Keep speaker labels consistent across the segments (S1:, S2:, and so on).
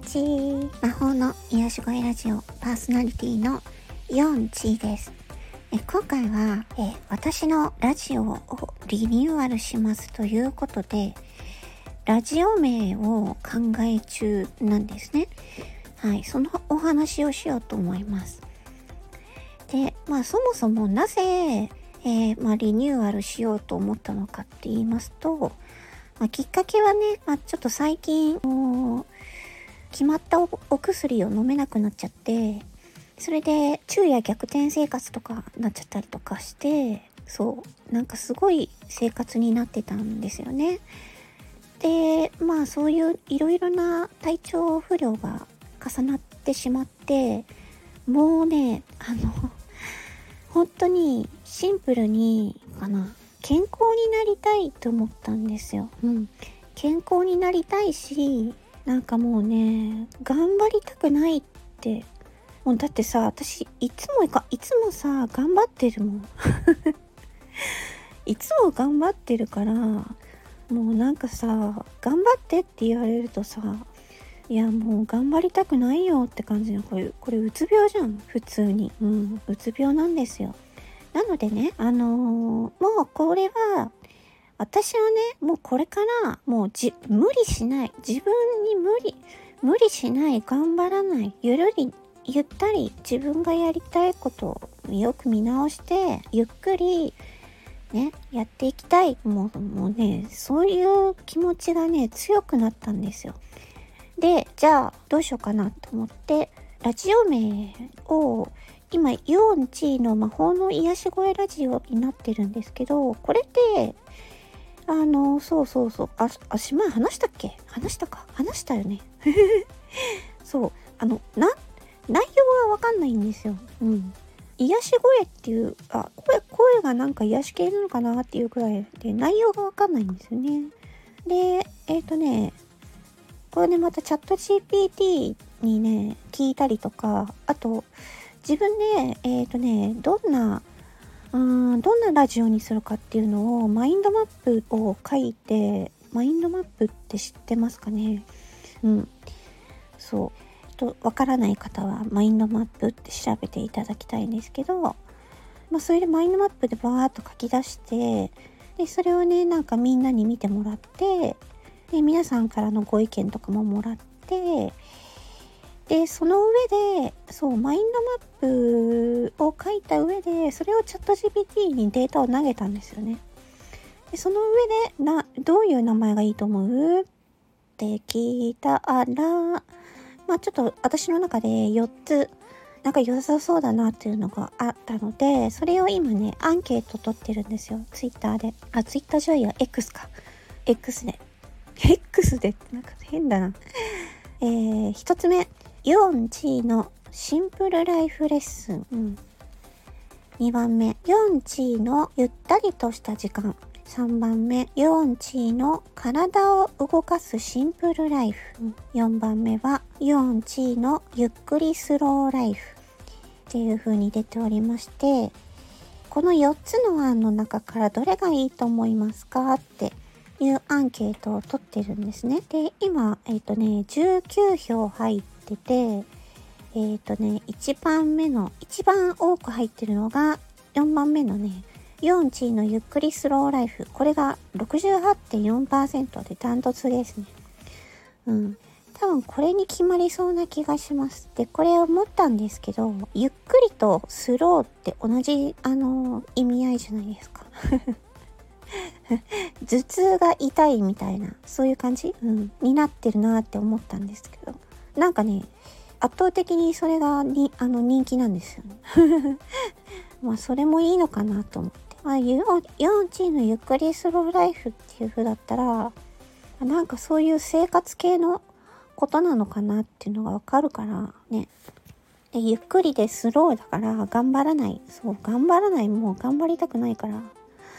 S1: ち魔法の癒し声ラジオパーソナリティのヨンチです。今回は私のラジオをリニューアルしますということで、ラジオ名を考え中なんですね。はい、そのお話をしようと思います。で、そもそもなぜ、リニューアルしようと思ったのかって言いますと、きっかけはね、ちょっと最近決まったお薬を飲めなくなっちゃって、それで昼夜逆転生活とかなっちゃったりとかして、なんかすごい生活になってたんですよね。で、そういういろいろな体調不良が重なってしまって、もうね、本当にシンプルに健康になりたいと思ったんですよ。健康になりたいし、なんかもうね、頑張りたくないって、もうだってさ、私いつもさ頑張ってるもん。いつも頑張ってるから、もうなんかさ、頑張ってって言われるとさ、いやもう頑張りたくないよって感じの、これうつ病じゃん、普通に。うつ病なんですよ。なのでね、もうこれは、私はね、もうこれからもう無理しない、自分に無理しない、頑張らない、ゆったり自分がやりたいことをよく見直してゆっくりねやっていきたい。もうね、そういう気持ちがね強くなったんですよ。で、じゃあどうしようかなと思ってラジオ名を今ヨンチの魔法の癒し声ラジオになってるんですけど、これって前話したっけ？話したよね。そう、内容はわかんないんですよ。癒し声っていう、声がなんか癒し系なのかなっていうくらいで、内容がわかんないんですよね。で、これね、またチャット GPT にね、聞いたりとか、あと、自分で、どんなラジオにするかっていうのを、マインドマップを書いて、マインドマップって知ってますかね？わからない方はマインドマップって調べていただきたいんですけど、それでマインドマップでバーっと書き出して、でそれをねなんかみんなに見てもらって、で皆さんからのご意見とかももらって、でその上でマインドマップを書いた上で、それをチャット GPT にデータを投げたんですよね。でその上でどういう名前がいいと思うって聞いたら、ちょっと私の中で4つなんか良さそうだなっていうのがあったので、それを今ねアンケート取ってるんですよ、ツイッターで。ツイッターじゃいや X か X でってなんか変だな。1つ目、ヨンチのシンプルライフレッスン。2番目、ヨンチのゆったりとした時間。3番目、ヨンチの体を動かすシンプルライフ。4番目はヨンチのゆっくりスローライフっていう風に出ておりまして、この4つの案の中からどれがいいと思いますかっていうアンケートを取ってるんですね。で、今19票入ってて、一番多く入ってるのが4番目のね、ヨンチのゆっくりスローライフ。これが 68.4% でダントツですね。多分これに決まりそうな気がします。で、これ思ったんですけど、ゆっくりとスローって同じ意味合いじゃないですか。頭痛が痛いみたいな、そういう感じ、になってるなって思ったんですけど、なんかね、圧倒的にそれが人気なんですよね。それもいいのかなと思って。ヨンチのゆっくりスローライフっていう風だったら、なんかそういう生活系のことなのかなっていうのがわかるからね。でゆっくりでスローだから頑張らない。もう頑張りたくないから。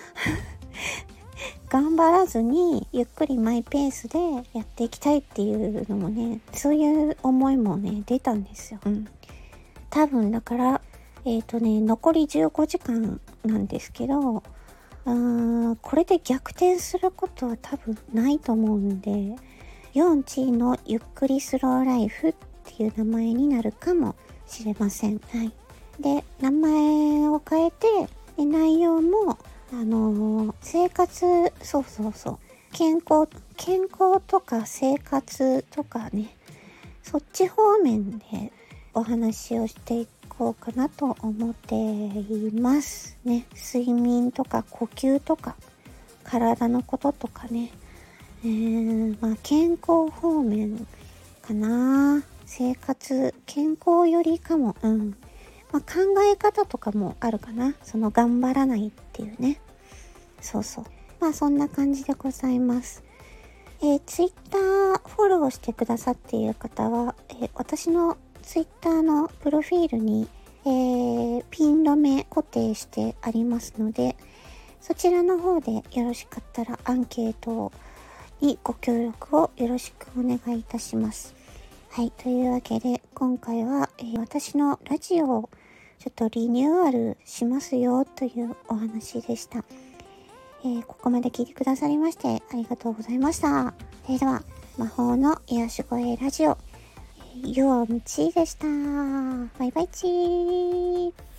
S1: 頑張らずにゆっくりマイペースでやっていきたいっていうのもね、そういう思いもね出たんですよ。多分だから残り15時間なんですけど、これで逆転することは多分ないと思うんで、 ヨンチーのゆっくりスローライフっていう名前になるかもしれません。はい。で、名前を変えて、で内容も、生活、そうそうそう、健康とか生活とかね、そっち方面でお話をしていこうかなと思っていますね。睡眠とか呼吸とか体のこととかね、健康方面かな。生活、健康よりかも、考え方とかもあるかな。その頑張らないっていうね。そうそう。そんな感じでございます。ツイッターフォローしてくださっている方は、私のツイッターのプロフィールに、ピン止め固定してありますので、そちらの方でよろしかったらアンケートにご協力をよろしくお願いいたします。はい、というわけで今回は、私のラジオをちょっとリニューアルしますよというお話でした。ここまで聞いてくださりましてありがとうございました。それでは魔法の癒し声ラジオ、ヨンチーでした。バイバイチー。